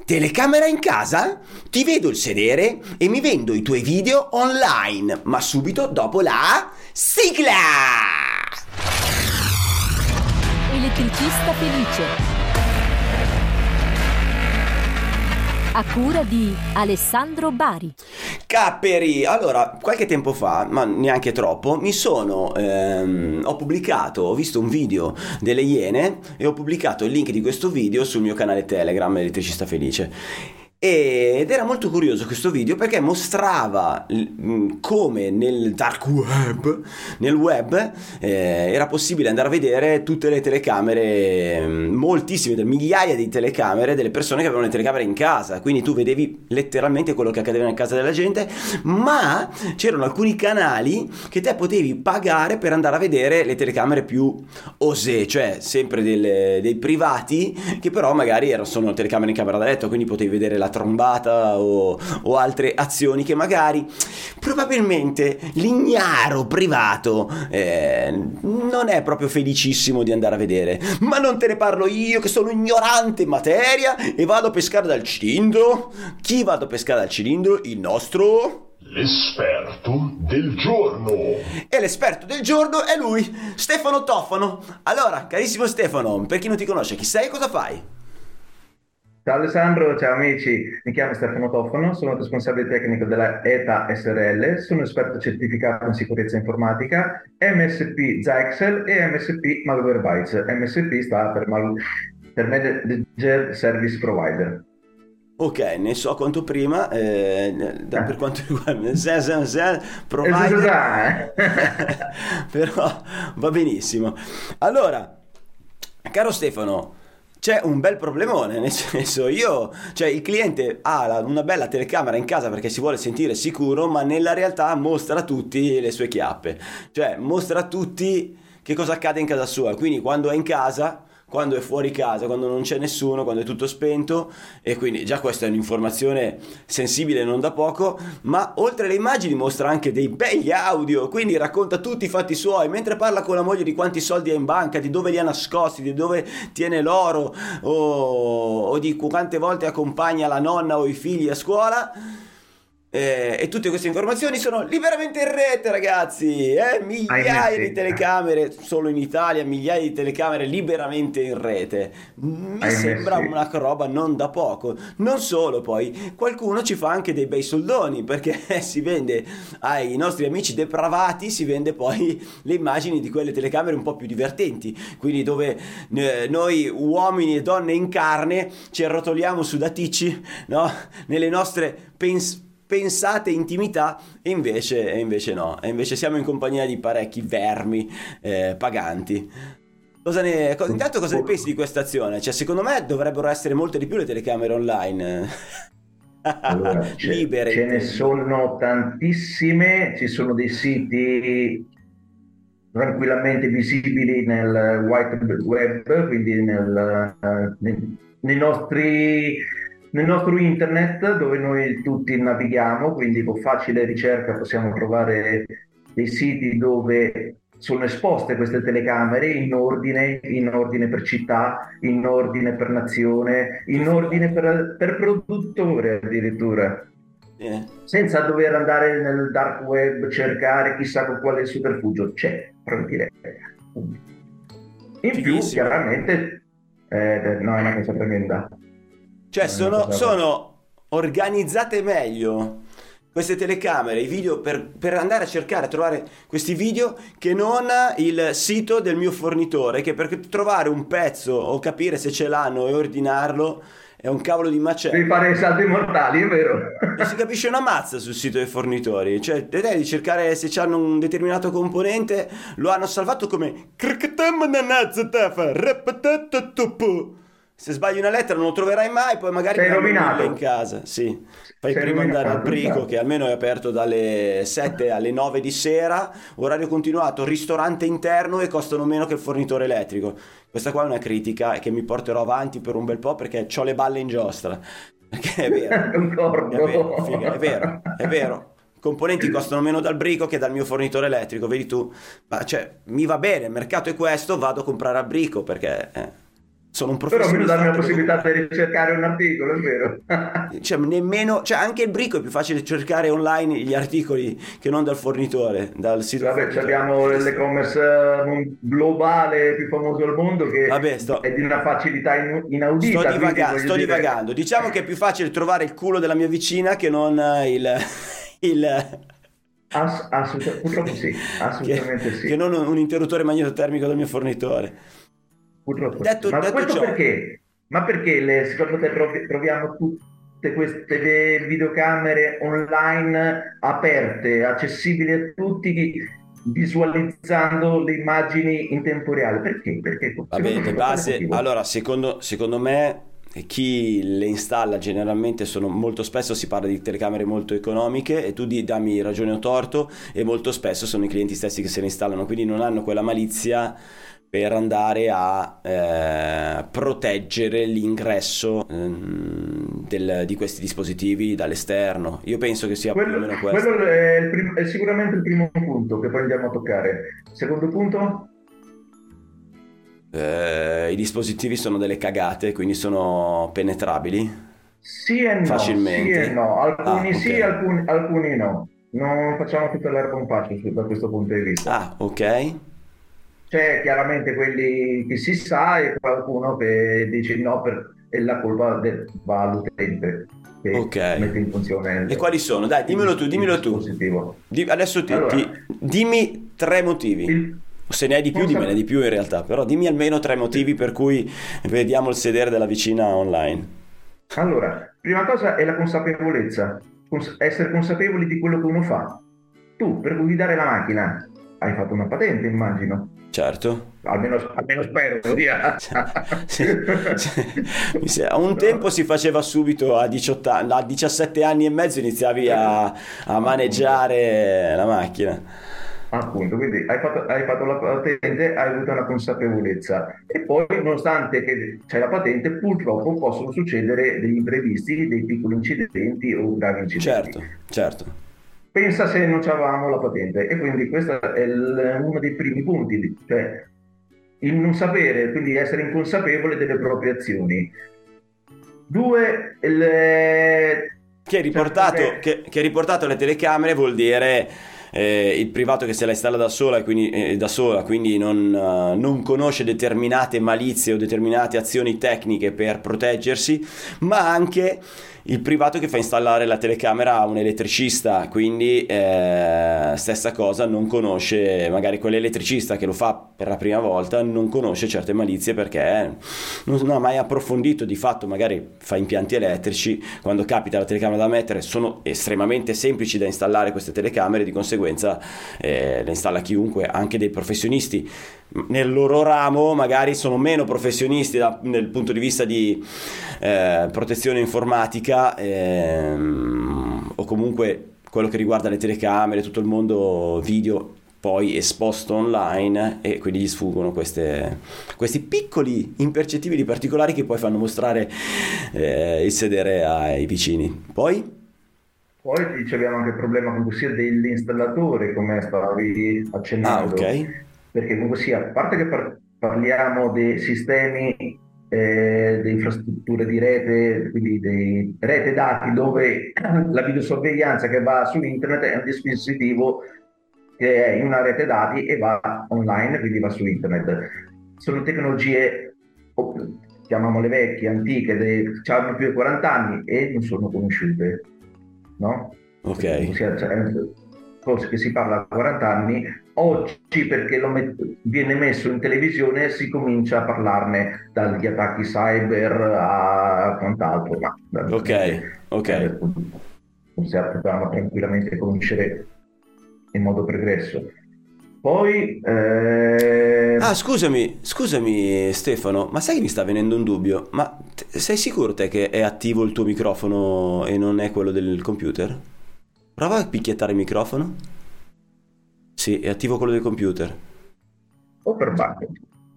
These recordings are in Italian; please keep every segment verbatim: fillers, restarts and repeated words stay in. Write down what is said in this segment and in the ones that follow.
Telecamera in casa? Ti vedo il sedere e mi vendo i tuoi video online, ma subito dopo la sigla! Elettricista felice. A cura di Alessandro Bari. Capperi, allora, qualche tempo fa, ma neanche troppo, mi sono, ehm, ho pubblicato, ho visto un video delle Iene e ho pubblicato il link di questo video sul mio canale Telegram, Elettricista Felice. Ed era molto curioso questo video perché mostrava l- come nel dark web, nel web, eh, era possibile andare a vedere tutte le telecamere, moltissime, migliaia di telecamere delle persone che avevano le telecamere in casa. Quindi tu vedevi letteralmente quello che accadeva in casa della gente, ma c'erano alcuni canali che te potevi pagare per andare a vedere le telecamere più osè, cioè sempre delle, dei privati, che però magari erano, sono telecamere in camera da letto, quindi potevi vedere la trombata o, o altre azioni che magari probabilmente l'ignaro privato eh, non è proprio felicissimo di andare a vedere. Ma non te ne parlo io che sono ignorante in materia e vado a pescare dal cilindro. Chi vado a pescare dal cilindro? Il nostro... l'esperto del giorno. E l'esperto del giorno è lui, Stefano Tofano. Allora, carissimo Stefano, per chi non ti conosce, chi sei e cosa fai? Ciao Alessandro, ciao amici, mi chiamo Stefano Tofano, sono responsabile tecnico della E T A S R L, sono esperto certificato in sicurezza informatica, M S P Zyxel e M S P Malwarebytes. M S P sta per, mal- per Manager Service Provider. Ok, ne so quanto prima, eh, da, per quanto riguarda se, se, se, provider, però va benissimo. Allora, caro Stefano, c'è un bel problemone, nel senso, io, cioè il cliente ha la, una bella telecamera in casa perché si vuole sentire sicuro, ma nella realtà mostra a tutti le sue chiappe, cioè mostra a tutti che cosa accade in casa sua, quindi quando è in casa, quando è fuori casa, quando non c'è nessuno, quando è tutto spento, e quindi già questa è un'informazione sensibile non da poco, ma oltre alle immagini mostra anche dei begli audio, quindi racconta tutti i fatti suoi, mentre parla con la moglie di quanti soldi ha in banca, di dove li ha nascosti, di dove tiene l'oro, o, o di quante volte accompagna la nonna o i figli a scuola. Eh, e tutte queste informazioni sono liberamente in rete, ragazzi, eh? Migliaia di telecamere solo in Italia, migliaia di telecamere liberamente in rete. Mi Hai sembra messi. una roba non da poco. Non solo, poi qualcuno ci fa anche dei bei soldoni perché si vende ai nostri amici depravati, si vende poi le immagini di quelle telecamere un po' più divertenti, quindi dove eh, noi uomini e donne in carne ci arrotoliamo su daticci, no? Nelle nostre pens- pensate intimità, e invece, e invece no, e invece siamo in compagnia di parecchi vermi eh, paganti. Cosa ne, co- intanto cosa ne pensi di questa azione? Cioè, secondo me dovrebbero essere molte di più le telecamere online. Allora, ce, Libere, ce ne intendo. sono tantissime, ci sono dei siti tranquillamente visibili nel white web, quindi nel, eh, nei, nei nostri, nel nostro internet dove noi tutti navighiamo, quindi con facile ricerca possiamo trovare dei siti dove sono esposte queste telecamere in ordine, in ordine per città, in ordine per nazione, in ordine per, per produttore addirittura. Eh. Senza dover andare nel dark web, cercare chissà con quale superfugio, c'è, proprio diretta. In più, Fighissimo. chiaramente, eh, no, è una cosa tremenda. Cioè, È una sono, cosa- sono organizzate meglio queste telecamere, i video, per, per andare a cercare, a trovare questi video, che non il sito del mio fornitore, che per trovare un pezzo o capire se ce l'hanno e ordinarlo è un cavolo di macello. Devi fare i salti mortali, è vero? Non si capisce una mazza sul sito dei fornitori, cioè devi cercare se hanno un determinato componente, lo hanno salvato come se sbagli una lettera non lo troverai mai, poi magari Sei ne hanno rovinato. mille in casa. Sì, fai Sei prima andare al rovinato, Brico, esatto. che almeno è aperto dalle sette alle nove di sera, orario continuato, ristorante interno, e costano meno che il fornitore elettrico. Questa qua è una critica che mi porterò avanti per un bel po' perché ho le balle in giostra. Perché è vero, Concordo. è vero, figa, è vero, è vero. Componenti costano meno dal Brico che dal mio fornitore elettrico, vedi tu? Ma cioè, mi va bene, il mercato è questo, vado a comprare al Brico perché... Eh. sono un Però professionista. almeno dammi la anche possibilità dopo- di ricercare un articolo, è vero? Cioè, nemmeno, cioè, anche il brico è più facile cercare online gli articoli che non dal fornitore, dal sito Vabbè, fornitore. abbiamo l'e-commerce eh, globale più famoso al mondo che Vabbè, sto- è di una facilità in- Sto, inaudita. quindi divaga- voglio sto dire- divagando. Diciamo che è più facile trovare il culo della mia vicina che non eh, il, il Ass- assoluta- purtroppo sì, assolutamente che, sì. che non un, un interruttore magnetotermico del mio fornitore. Purtroppo sì. Detto, Ma detto questo ciò, perché? Ma perché le- secondo te trovi- troviamo tutte queste ve- videocamere online aperte, accessibili a tutti, visualizzando le immagini in tempo reale? Perché? Perché? vabbè, Secondo di te, per quale base, motivo? allora, secondo, secondo me, chi le installa generalmente sono molto spesso si parla di telecamere molto economiche e tu di, dammi ragione o torto, e molto spesso sono i clienti stessi che se le installano, quindi non hanno quella malizia per andare a eh, proteggere l'ingresso ehm, del- di questi dispositivi dall'esterno. Io penso che sia più o Quello, meno questo. quello è, il prim- è sicuramente il primo punto che poi andiamo a toccare. Secondo punto? Eh, i dispositivi sono delle cagate, quindi sono penetrabili Sì e no, facilmente. sì e no. Alcuni Ah, sì, ok. alcuni, alcuni no. Non facciamo tutta l'erba un fascio su- da questo punto di vista. Ah, ok. C'è chiaramente quelli che si sa e qualcuno che dice no, per, e la colpa de- va all'utente che Ok. mette in funzione il, E quali sono? Dai, dimmelo tu, il dimmelo tu. dispositivo. Di- adesso ti, Allora, ti- dimmi tre motivi. il- O se ne hai di più, consa- dimmene di più in realtà. Però dimmi almeno tre motivi per cui vediamo il sedere della vicina online. Allora, prima cosa è la consapevolezza, Cons- essere consapevoli di quello che uno fa. Tu per guidare la macchina hai fatto una patente, immagino. Certo. Almeno, almeno spero, via. Sì, sì. Mi sa- A un tempo si faceva subito a diciotto anni, a diciassette anni e mezzo iniziavi a, a maneggiare la macchina. Appunto, quindi hai fatto, hai fatto la patente, hai avuto una consapevolezza e poi, nonostante che c'è la patente, purtroppo possono succedere degli imprevisti, dei piccoli incidenti o gravi incidenti. Certo, certo. Pensa se non avevamo la patente e quindi questo è il- uno dei primi punti, cioè il non sapere, quindi essere inconsapevole delle proprie azioni. Due, il, Che è riportato, cioè, che, che è riportato alle telecamere vuol dire eh, il privato che se la installa da sola e quindi, eh, da sola, quindi non, eh, non conosce determinate malizie o determinate azioni tecniche per proteggersi, ma anche il privato che fa installare la telecamera a un elettricista, quindi eh, stessa cosa, non conosce, magari quell'elettricista che lo fa per la prima volta non conosce certe malizie perché non ha mai approfondito. Di fatto magari fa impianti elettrici, quando capita la telecamera da mettere sono estremamente semplici da installare queste telecamere, di conseguenza eh, le installa chiunque, anche dei professionisti nel loro ramo magari sono meno professionisti da, nel punto di vista di eh, protezione informatica ehm, o comunque quello che riguarda le telecamere, tutto il mondo video poi esposto online, e quindi gli sfuggono queste, questi piccoli impercettibili particolari che poi fanno mostrare eh, il sedere ai vicini. Poi poi ci abbiamo anche il problema comunque sia dell'installatore, come stavi ah, accennando, ok, perché comunque sia, a parte che par- parliamo dei sistemi, eh, di infrastrutture di rete, quindi di rete dati, dove la videosorveglianza che va su internet è un dispositivo che è in una rete dati e va online, quindi va su internet. Sono tecnologie, oh, chiamiamole vecchie, antiche, che hanno più di quaranta anni e non sono conosciute, no? ok, Ossia, cioè, cose che si parla a quaranta anni, oggi perché lo met- viene messo in televisione si comincia a parlarne, dagli attacchi cyber a quant'altro, ma ok, ok. eh, possiamo tranquillamente conoscere in modo pregresso. Poi eh, Ah, scusami, scusami Stefano, ma sai che mi sta venendo un dubbio? Ma t- sei sicuro te che è attivo il tuo microfono e non è quello del computer? Prova a picchiettare il microfono. Sì, è attivo quello del computer. o per backup.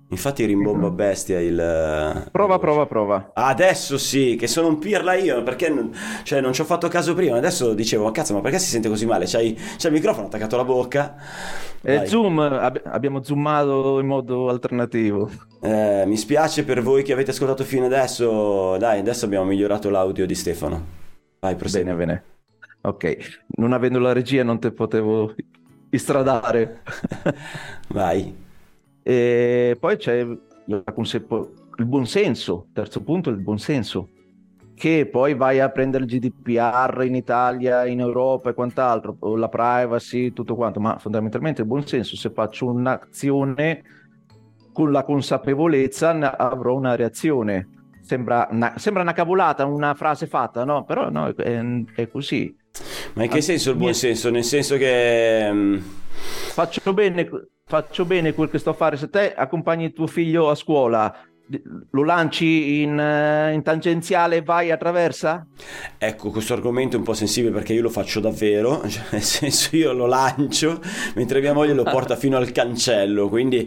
Infatti rimbomba bestia il... Prova, prova, prova. Adesso sì, che sono un pirla io, perché non, cioè, non ci ho fatto caso prima. Adesso dicevo, ma cazzo, ma perché si sente così male? C'hai, c'hai il microfono attaccato alla bocca. E zoom, ab- abbiamo zoomato in modo alternativo. Eh, mi spiace per voi che avete ascoltato fino adesso. Dai, adesso abbiamo migliorato l'audio di Stefano. Vai, prosegui. Bene, bene. Ok, non avendo la regia non te potevo istradare. Vai. E poi c'è la consapevo- il buonsenso, terzo punto, il buonsenso, che poi vai a prendere il G D P R in Italia, in Europa e quant'altro, o la privacy, tutto quanto, ma fondamentalmente il buonsenso, se faccio un'azione con la consapevolezza ne avrò una reazione. Sembra una, sembra una cavolata, una frase fatta, no? Però no, è, è così. Ma in che senso il buon senso? Nel senso che... Faccio bene, faccio bene quel che sto a fare. Se te accompagni tuo figlio a scuola, lo lanci in, in tangenziale e vai attraversa? Ecco, questo argomento è un po' sensibile perché io lo faccio davvero, cioè, nel senso io lo lancio mentre mia moglie lo porta fino al cancello, quindi...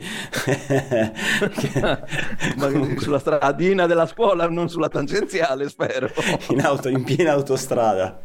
Ma sulla stradina della scuola, non sulla tangenziale, spero. In auto, in piena autostrada.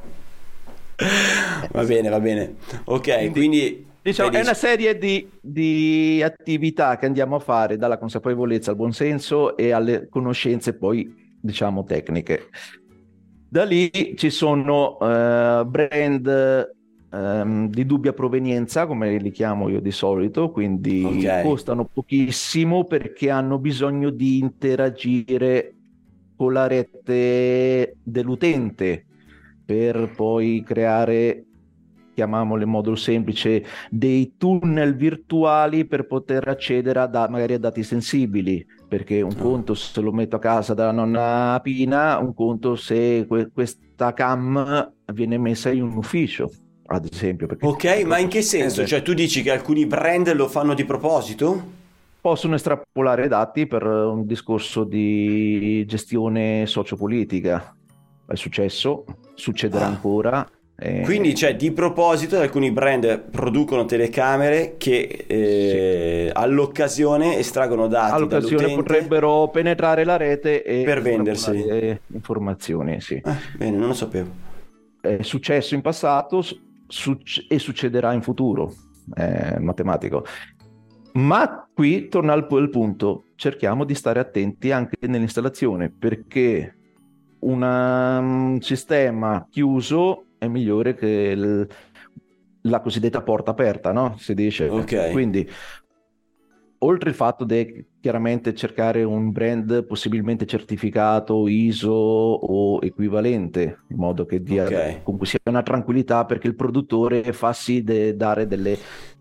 Va bene, va bene. Ok, quindi... quindi diciamo, è una serie di, di attività che andiamo a fare dalla consapevolezza al buonsenso e alle conoscenze poi, diciamo, tecniche. Da lì ci sono uh, brand um, di dubbia provenienza, come li chiamo io di solito, quindi okay. Costano pochissimo perché hanno bisogno di interagire con la rete dell'utente per poi creare, chiamiamolo in modo semplice, dei tunnel virtuali per poter accedere a da- magari a dati sensibili, perché un conto se lo metto a casa da nonna Pina, un conto se que- questa cam viene messa in un ufficio, ad esempio. Ok, ma in che senso? Cioè tu dici che alcuni brand lo fanno di proposito? Possono estrapolare dati per un discorso di gestione sociopolitica. È successo, succederà ah. ancora. Eh... Quindi, cioè, di proposito alcuni brand producono telecamere che eh, sì. all'occasione estraggono dati all'occasione dall'utente, potrebbero penetrare la rete e per vendersi informazioni, sì. Ah, bene, non lo sapevo. È successo in passato suc- e succederà in futuro, è matematico. Ma qui torna al, al punto, cerchiamo di stare attenti anche nell'installazione, perché una, un sistema chiuso è migliore che il, la cosiddetta porta aperta, no? Si dice. Okay. Quindi, oltre il fatto di chiaramente cercare un brand possibilmente certificato I S O o equivalente, in modo che dia okay. comunque sia una tranquillità, perché il produttore fa sì di dare delle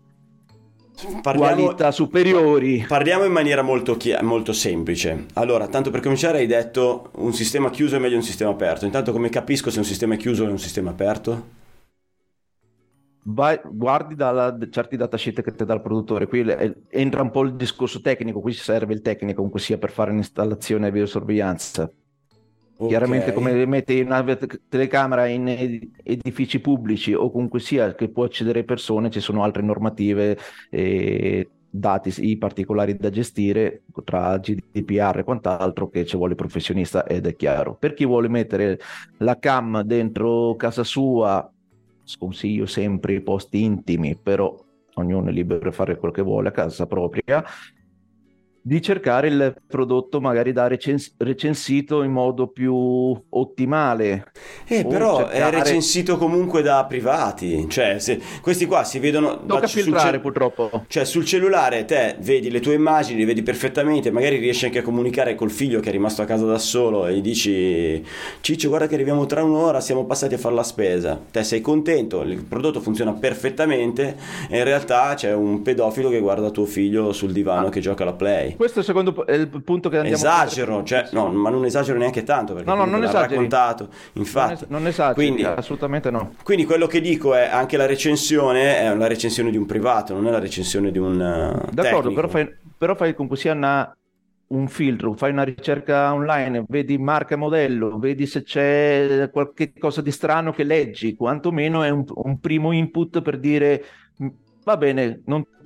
Parliamo, qualità superiori. Parliamo in maniera molto, chi- molto semplice. Allora, tanto per cominciare, hai detto un sistema chiuso è meglio un sistema aperto. Intanto, come capisco se un sistema è chiuso o un sistema aperto? Vai, guardi dalla certi datasheet che ti dà il produttore. Qui le, entra un po' il discorso tecnico. Qui serve il tecnico, comunque sia, per fare un'installazione a videosorveglianza. Okay. Chiaramente, come metti una telecamera in edifici pubblici o comunque sia che può accedere persone, ci sono altre normative e dati i particolari da gestire tra G D P R e quant'altro, che ci vuole il professionista, ed è chiaro. Per chi vuole mettere la cam dentro casa sua, sconsiglio sempre i posti intimi, però ognuno è libero di fare quello che vuole a casa propria, di cercare il prodotto magari da recens- recensito in modo più ottimale. Eh, però cercare... è recensito comunque da privati, cioè se questi qua si vedono... Tocca filtrare ce- purtroppo. Cioè sul cellulare te vedi le tue immagini, le vedi perfettamente, magari riesci anche a comunicare col figlio che è rimasto a casa da solo e gli dici: Ciccio, guarda che arriviamo tra un'ora, siamo passati a fare la spesa. Te sei contento, il prodotto funziona perfettamente e in realtà c'è un pedofilo che guarda tuo figlio sul divano ah. che gioca alla Play. Questo secondo è il punto che andiamo esagero, a cioè, no, ma non esagero neanche tanto perché no, no, non l'ha esageri. raccontato, infatti. Non, es- non esageri, quindi, assolutamente no. Quindi quello che dico è anche la recensione è la recensione di un privato, non è la recensione di un uh, d'accordo, tecnico. però fai, però fai comunque sia una, un filtro, fai una ricerca online, vedi marca e modello, vedi se c'è qualche cosa di strano che leggi, quantomeno è un, un primo input per dire va bene, non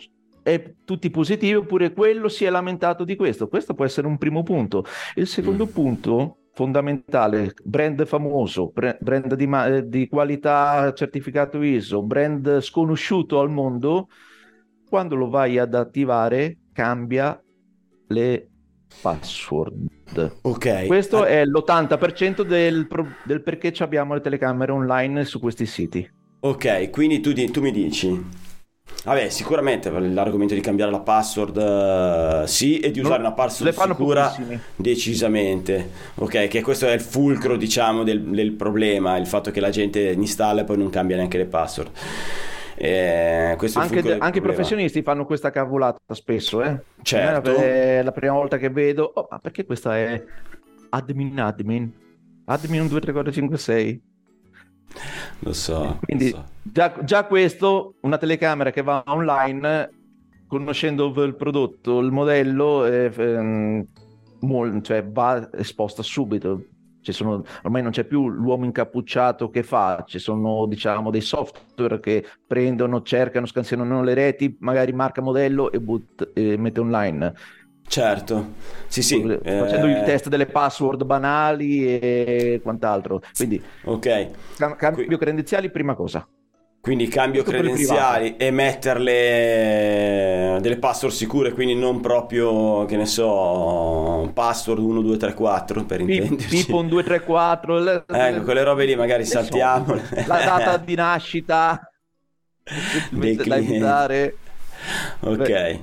è tutti positivi oppure quello si è lamentato di questo. Questo può essere un primo punto. Il secondo Mm. punto fondamentale, brand famoso, bre- brand di, ma- di qualità certificato I S O, brand sconosciuto al mondo, quando lo vai ad attivare cambia le password. Ok. Questo Ah, è l'ottanta per cento del, pro- del perché ci abbiamo le telecamere online su questi siti. ok, quindi tu, di- tu mi dici... Vabbè, sicuramente l'argomento di cambiare la password, eh, sì, e di usare No, una password le fanno sicura, pochissimi. decisamente. Ok, che questo è il fulcro, diciamo, del, del problema, il fatto che la gente installa e poi non cambia neanche le password. Eh, questo è il Anche, fulcro de- del anche i problema. professionisti fanno questa cavolata spesso, eh. Certo. Non è la, la prima volta che vedo, oh, ma perché questa è admin admin? Admin due tre quattro cinque sei. Lo so, Quindi lo so. già, già questo, una telecamera che va online, conoscendo il prodotto, il modello, eh, ehm, mol- cioè va esposta subito. Ci sono, ormai non c'è più l'uomo incappucciato che fa, ci sono, diciamo, dei software che prendono, cercano, scansionano le reti, magari marca modello e, but- e mette online. Certo, sì sì, Facendo il eh, test delle password banali e quant'altro. Quindi ok. cam- cambio Qui- credenziali, prima cosa. Quindi cambio Tutto per il credenziali e metterle delle password sicure, quindi non proprio, che ne so, password uno due tre quattro per Pi- intenderci. Tipo un due tre quattro, le- Ecco, quelle robe lì magari le saltiamole. solite. La data di nascita Dei da clienti. evitare. Ok. Beh,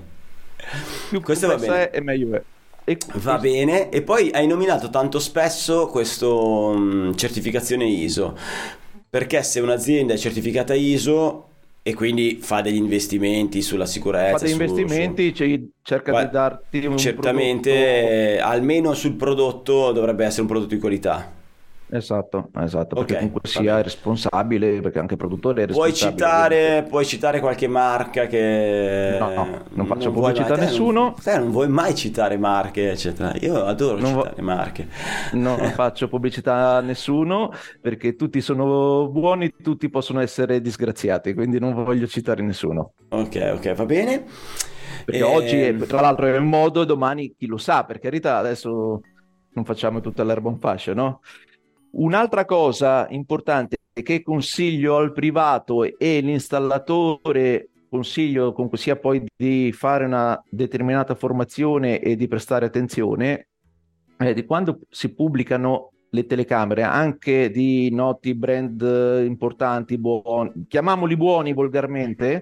più Questo va complessa bene. è, e meglio è. E Va bene, e poi hai nominato tanto spesso questo mh, certificazione I S O, perché se un'azienda è certificata I S O e quindi fa degli investimenti sulla sicurezza, fa dei su- investimenti, cioè, cerca Gua- di darti un certamente prodotto- eh, almeno sul prodotto dovrebbe essere un prodotto di qualità. Esatto, esatto, perché Ok, comunque va sia bene. responsabile, perché anche il produttore è Puoi responsabile. citare, puoi citare qualche marca che No, no, non faccio vuoi pubblicità mai- a te nessuno. Non, te non vuoi mai citare marche, eccetera. Io adoro Non vo- citare marche. Non faccio pubblicità a nessuno perché tutti sono buoni, tutti possono essere disgraziati, quindi non voglio citare nessuno. Ok, ok, va bene. Perché Ehm, oggi, è, tra l'altro, è in modo, domani chi lo sa, per carità, adesso non facciamo tutta l'erba un fascio, no? Un'altra cosa importante che consiglio al privato e l'installatore, consiglio comunque sia poi di fare una determinata formazione e di prestare attenzione, è di quando si pubblicano le telecamere, anche di noti brand eh, importanti, buoni, chiamiamoli buoni volgarmente,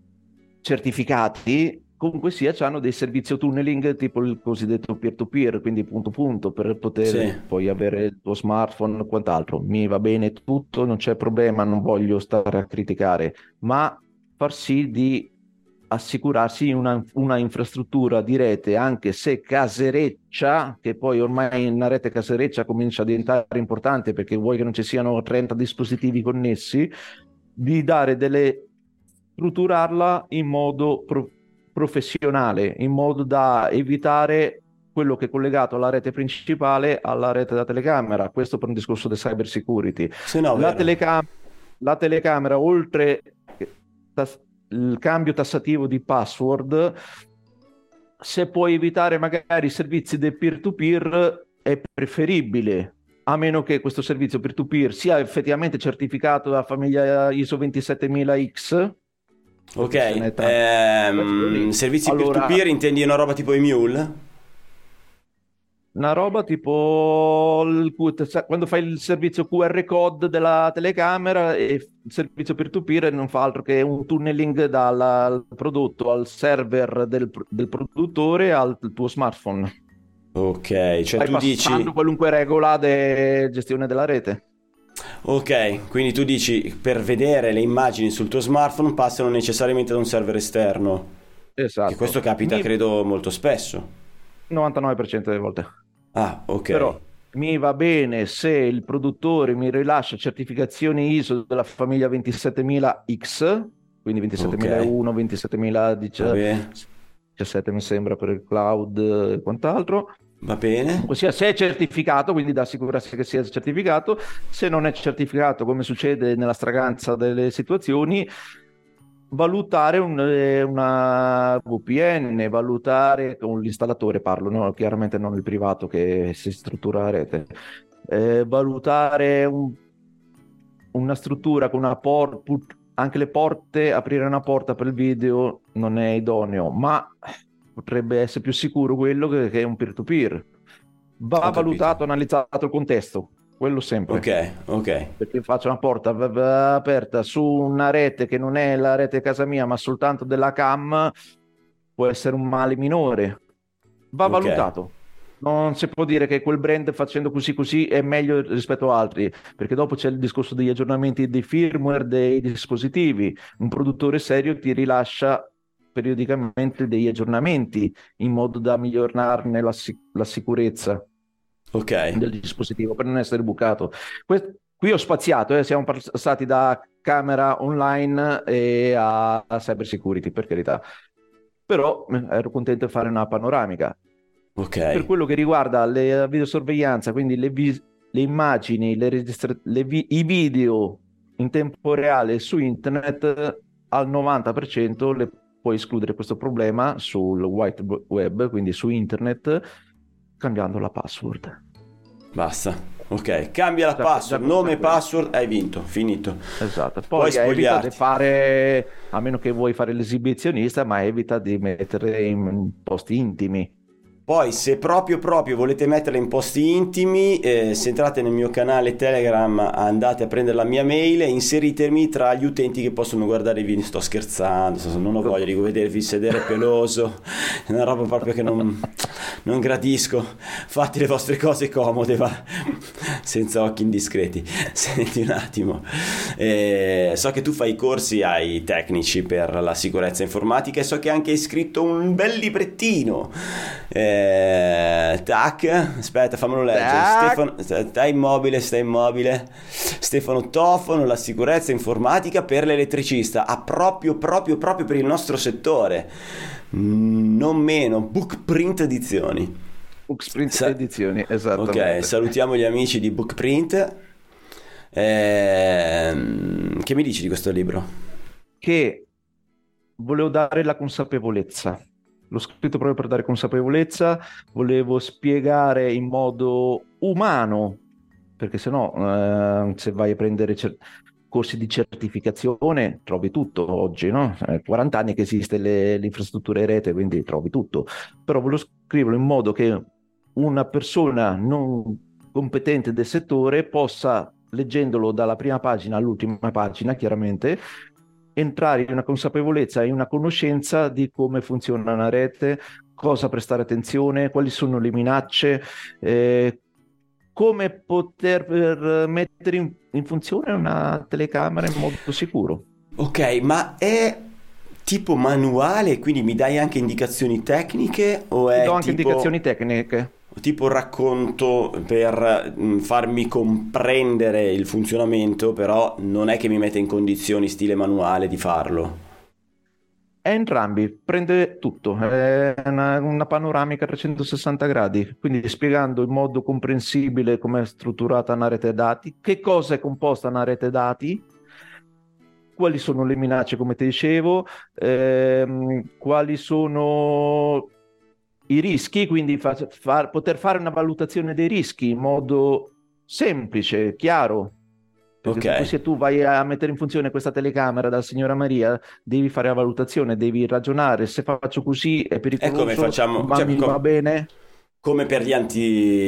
certificati, comunque sia, hanno dei servizi tunneling tipo il cosiddetto peer-to-peer, quindi punto punto, per poter Sì. poi avere il tuo smartphone e quant'altro. Mi va bene tutto, non c'è problema, non voglio stare a criticare, ma far sì di assicurarsi una, una infrastruttura di rete, anche se casereccia, che poi ormai una rete casereccia comincia a diventare importante perché vuoi che non ci siano trenta dispositivi connessi, di dare delle strutturarla in modo pro- professionale, in modo da evitare quello che è collegato alla rete principale alla rete da telecamera. Questo per un discorso di cyber security. Sì, no, La, vero. telecam- la telecamera, oltre tas- il cambio tassativo di password, se puoi evitare magari i servizi del peer-to-peer, è preferibile, a meno che questo servizio peer-to-peer sia effettivamente certificato dalla famiglia I S O ventisettemila X. Ok, Ce n'è tanti. ehm, servizi Allora- peer-to-peer intendi una roba tipo i Mule? Una roba tipo il Q- quando fai il servizio Q R code della telecamera, e il servizio peer-to-peer non fa altro che un tunneling dal al prodotto al server del, del produttore al tuo smartphone. Ok, cioè tu Bypassando dici... qualunque regola di gestione della rete. Ok, quindi tu dici per vedere le immagini sul tuo smartphone passano necessariamente da un server esterno. Esatto. Che questo capita, Mi- credo, molto spesso. novantanove per cento delle volte. Ah, ok. Però mi va bene se il produttore mi rilascia certificazioni I S O della famiglia ventisettemila X, quindi ventisettemilauno, ventisettemila Vabbè, diciassette mi sembra per il cloud e quant'altro. va bene. Ossia, se è certificato, quindi da assicurarsi che sia certificato. Se non è certificato, come succede nella stragrande delle situazioni, valutare un- eh, una V P N, valutare con l'installatore, parlo, no? Chiaramente non il privato che si struttura la rete. Eh, valutare un- una struttura con una porta, anche le porte, aprire una porta per il video non è idoneo, ma potrebbe essere più sicuro quello che, che è un peer-to-peer. Va Ho capito. valutato, analizzato il contesto, quello sempre. Ok, ok. Perché faccio una porta v- v- aperta su una rete che non è la rete casa mia, ma soltanto della cam, può essere un male minore. Va Ok. valutato. Non si può dire che quel brand facendo così così è meglio rispetto a altri, perché dopo c'è il discorso degli aggiornamenti dei firmware dei dispositivi. Un produttore serio ti rilascia periodicamente degli aggiornamenti in modo da migliorarne la, sic- la sicurezza Ok. del dispositivo per non essere bucato. Que- qui ho spaziato, eh, siamo passati da camera online e a, a cyber security, per carità. Però eh, ero contento di fare una panoramica. Ok. Per quello che riguarda le- la videosorveglianza, quindi le, vis- le immagini, le registra- le vi- i video in tempo reale su internet, al novanta per cento le puoi escludere questo problema sul white web, quindi su internet, cambiando la password. Basta. Ok. Cambia la Già- password, già- nome, già- password, hai vinto. Finito. Esatto, Puoi poi evita spogliarti. di fare, a meno che vuoi fare l'esibizionista, ma evita di mettere in posti intimi. Poi, se proprio proprio volete metterla in posti intimi, eh, se entrate nel mio canale Telegram, andate a prendere la mia mail e inseritemi tra gli utenti che possono guardare i video. Sto scherzando, sto- non ho voglia di vedervi sedere peloso, è una roba proprio che non, non gradisco. Fate le vostre cose comode, va, senza occhi indiscreti. Senti un attimo, eh, so che tu fai corsi ai tecnici per la sicurezza informatica e so che anche hai scritto un bel librettino. Eh, tac, aspetta, fammelo leggere. Tac. Stefano, stai immobile, stai immobile. Stefano Tofono, la sicurezza informatica per l'elettricista. Ah, proprio, proprio, proprio per il nostro settore. Mm, Non meno, Bookprint Edizioni. Bookprint Sa- edizioni, esattamente. Ok, salutiamo gli amici di Bookprint. Ehm, che mi dici di questo libro? Che volevo dare la consapevolezza. L'ho scritto proprio per dare consapevolezza, volevo spiegare in modo umano, perché sennò eh, se vai a prendere cer- corsi di certificazione trovi tutto oggi, no? Eh, quaranta anni che esiste le, l'infrastruttura in rete, quindi trovi tutto. Però volevo scriverlo in modo che una persona non competente del settore possa, leggendolo dalla prima pagina all'ultima pagina, chiaramente, entrare in una consapevolezza e una conoscenza di come funziona una rete, cosa prestare attenzione, quali sono le minacce, eh, come poter per mettere in, in funzione una telecamera in modo sicuro. Ok, ma è tipo manuale, quindi mi dai anche indicazioni tecniche o Ti è do anche tipo, indicazioni tecniche. tipo racconto per mm, farmi comprendere il funzionamento, però non è che mi mette in condizioni stile manuale di farlo? È entrambi, prende tutto, è una, una panoramica a trecentosessanta gradi, quindi spiegando in modo comprensibile come è strutturata una rete dati, che cosa è composta una rete dati, quali sono le minacce, come ti dicevo, ehm, quali sono i rischi, quindi fa, far- poter fare una valutazione dei rischi in modo semplice, chiaro. Perché Ok. poi se tu vai a mettere in funzione questa telecamera dalla signora Maria, devi fare la valutazione, devi ragionare, se faccio così è pericoloso, come facciamo- ma cioè, mi com- va bene. Come per gli anti...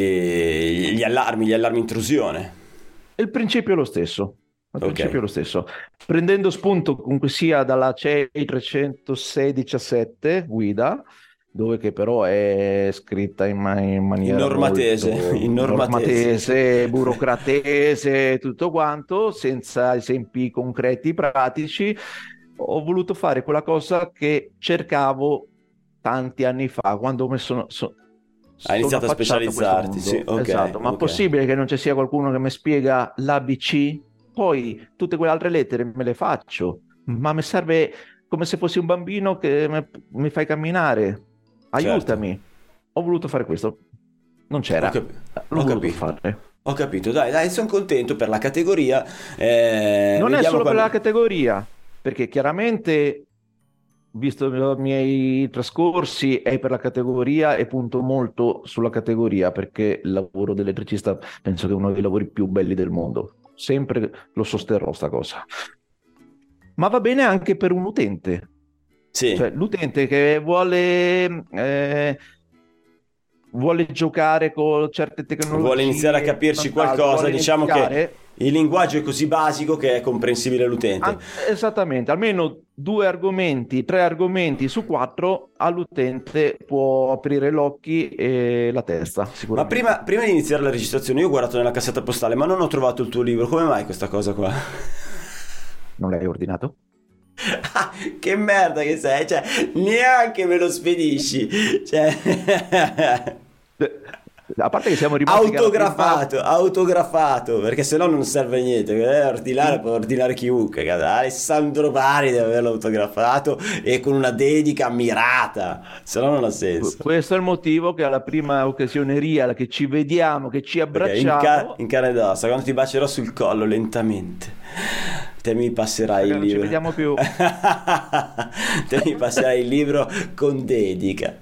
gli allarmi, gli allarmi intrusione. Il principio è lo stesso. Il Ok. principio è lo stesso. Prendendo spunto comunque sia dalla C E I trecentosei diciassette guida, dove che però è scritta in, ma- in maniera In normatese, molto in normatese. normatese, burocratese, tutto quanto, senza esempi concreti, pratici. Ho voluto fare quella cosa che cercavo tanti anni fa, quando mi sono... so- Hai iniziato a sono affacciato questo specializzarti, sì, mondo. ok, Esatto, ma ok. è possibile che non ci sia qualcuno che mi spiega l'A B C? Poi tutte quelle altre lettere me le faccio, ma mi serve come se fossi un bambino che me- mi fai camminare. Aiutami. Ho voluto fare questo. Non c'era. Ho cap- L'ho ho voluto capito. fare. Ho capito, dai, dai, sono contento per la categoria. Eh, Non è vediamo solo per quando- la categoria. perché chiaramente, visto i miei trascorsi, è per la categoria e punto molto sulla categoria, perché il lavoro dell'elettricista penso che è uno dei lavori più belli del mondo. Sempre lo sosterrò sta cosa. Ma va bene anche per un utente. Sì. Cioè, l'utente che vuole... Eh, vuole giocare con certe tecnologie, vuole iniziare a capirci qualcosa, diciamo che il linguaggio è così basico che è comprensibile all'utente. An- esattamente, almeno due argomenti, tre argomenti su quattro all'utente può aprire gli occhi e la testa, sicuramente. Ma prima, prima di iniziare la registrazione io ho guardato nella cassetta postale, ma non ho trovato il tuo libro. Come mai questa cosa qua? Non l'hai ordinato? Ah, che merda che sei, cioè neanche me lo spedisci, cioè a parte che siamo rimasti autografato, prima... autografato, perché se no non serve a niente, eh, ordinare può ordinare chiunque, Alessandro Bari deve averlo autografato e con una dedica mirata, se no non ha senso. Questo è il motivo che alla prima occasione real che ci vediamo, che ci abbracciamo, okay, in, ca- in carne ed ossa, quando ti bacerò sul collo lentamente, te mi passerai il non libro. Non ci vediamo più. Te mi passerai il libro con dedica.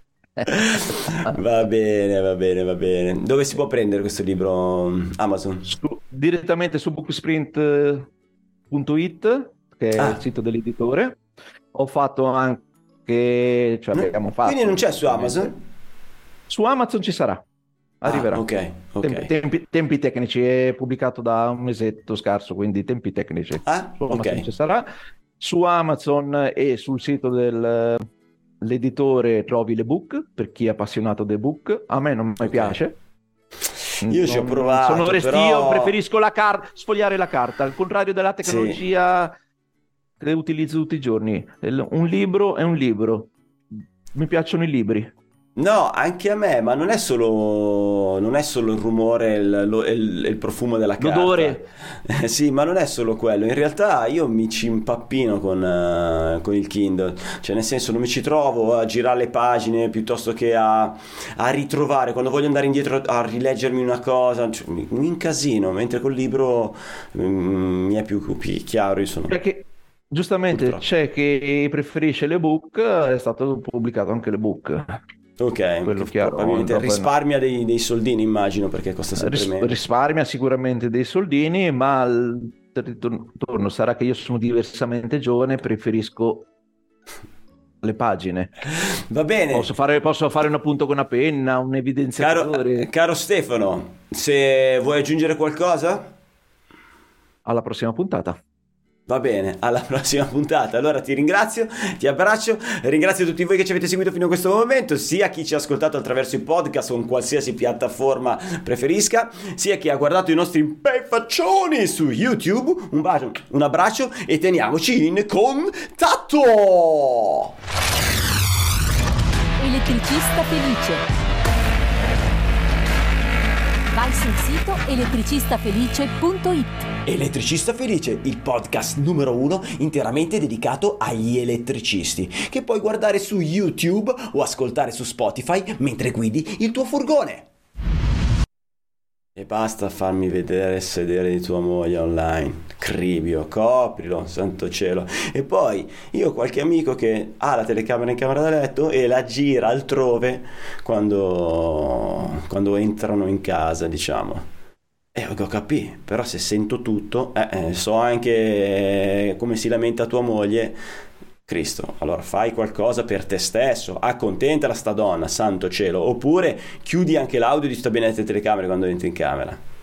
Va bene, va bene, va bene. Dove si può prendere questo libro? Amazon? Su, direttamente su booksprint punto it, che è ah. il sito dell'editore. Ho fatto anche, cioè abbiamo fatto. Quindi non c'è su Amazon? Su Amazon ci sarà. Arriverà. Ah, ok, ok. Tempi, tempi, tempi tecnici, è pubblicato da un mesetto scarso, quindi tempi tecnici. Ah, su Amazon ok. Ci sarà. Su Amazon e sul sito dell'editore trovi l'ebook, per chi è appassionato d'ebook. A me non mi okay. piace. Io non, ci ho provato, sono restio, però... preferisco la car- sfogliare la carta, al contrario della tecnologia sì. che utilizzo tutti i giorni. Un libro è un libro. Mi piacciono i libri. No, anche a me, ma non è solo, non è solo il rumore, il, lo, il, il profumo della carta. L'odore. Eh, sì, ma non è solo quello. In realtà io mi ci impappino con, uh, con il Kindle. Cioè, nel senso, non mi ci trovo a girare le pagine piuttosto che a, a ritrovare. Quando voglio andare indietro a rileggermi una cosa, cioè, mi, mi incasino. Mentre col libro um, mi è più, più chiaro. Io sono... Perché giustamente purtroppo. C'è chi preferisce l'ebook, è stato pubblicato anche l'ebook. Ok, quello chiaro, probabilmente risparmia dei, dei soldini, immagino, perché costa sempre Ris- meno. Risparmia sicuramente dei soldini, ma al ritorno sarà che io sono diversamente giovane, preferisco le pagine. Va bene. Posso fare, posso fare un appunto con una penna, un evidenziatore. Caro, caro Stefano, se vuoi aggiungere qualcosa? Alla prossima puntata. Va bene, alla prossima puntata. Allora ti ringrazio, ti abbraccio, ringrazio tutti voi che ci avete seguito fino a questo momento, sia chi ci ha ascoltato attraverso i podcast o in qualsiasi piattaforma preferisca, sia chi ha guardato i nostri bei faccioni su YouTube. Un bacio, un abbraccio e teniamoci in contatto! Elettricista felice. Vai sul sito elettricista felice punto it. Elettricista Felice, il podcast numero uno interamente dedicato agli elettricisti, che puoi guardare su YouTube o ascoltare su Spotify mentre guidi il tuo furgone. E basta farmi vedere il sedere di tua moglie online. Cribio, coprilo, santo cielo. E poi io ho qualche amico che ha la telecamera in camera da letto e la gira altrove quando, quando entrano in casa, diciamo. E eh, ho capito, però se sento tutto, eh, eh, so anche come si lamenta tua moglie. Cristo, allora fai qualcosa per te stesso, accontentala sta donna, santo cielo, oppure chiudi anche l'audio di sta benedetta telecamere quando entri in camera.